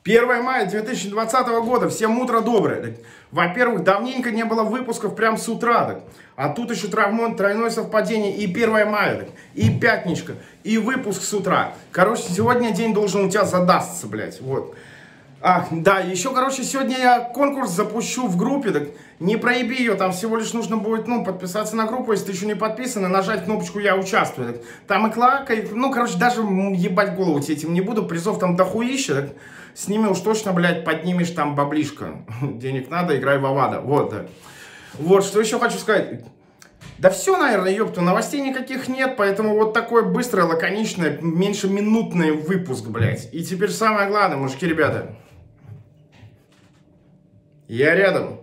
1 мая 2020 года, всем утро доброе. Во-первых, давненько не было выпусков прям с утра. А тут еще травмон, тройное совпадение, и 1 мая, и пятничка, и выпуск с утра. Короче, сегодня день должен у тебя задастся, блядь, вот. Ах, да, еще, короче, сегодня я конкурс запущу в группе, так не проеби ее, там всего лишь нужно будет, подписаться на группу, если ты еще не подписан, и нажать кнопочку «Я участвую». Так, там и клака, короче, даже ебать голову тебе этим не буду, призов там дохуища, так, с ними уж точно, блядь, поднимешь там баблишко. Денег надо, играй в авада, вот, да. Вот, что еще хочу сказать. Да все, наверное, ёпта, новостей никаких нет, поэтому вот такой быстрый, лаконичный, меньшеминутный выпуск, блядь. И теперь самое главное, мужики, ребята. Я рядом.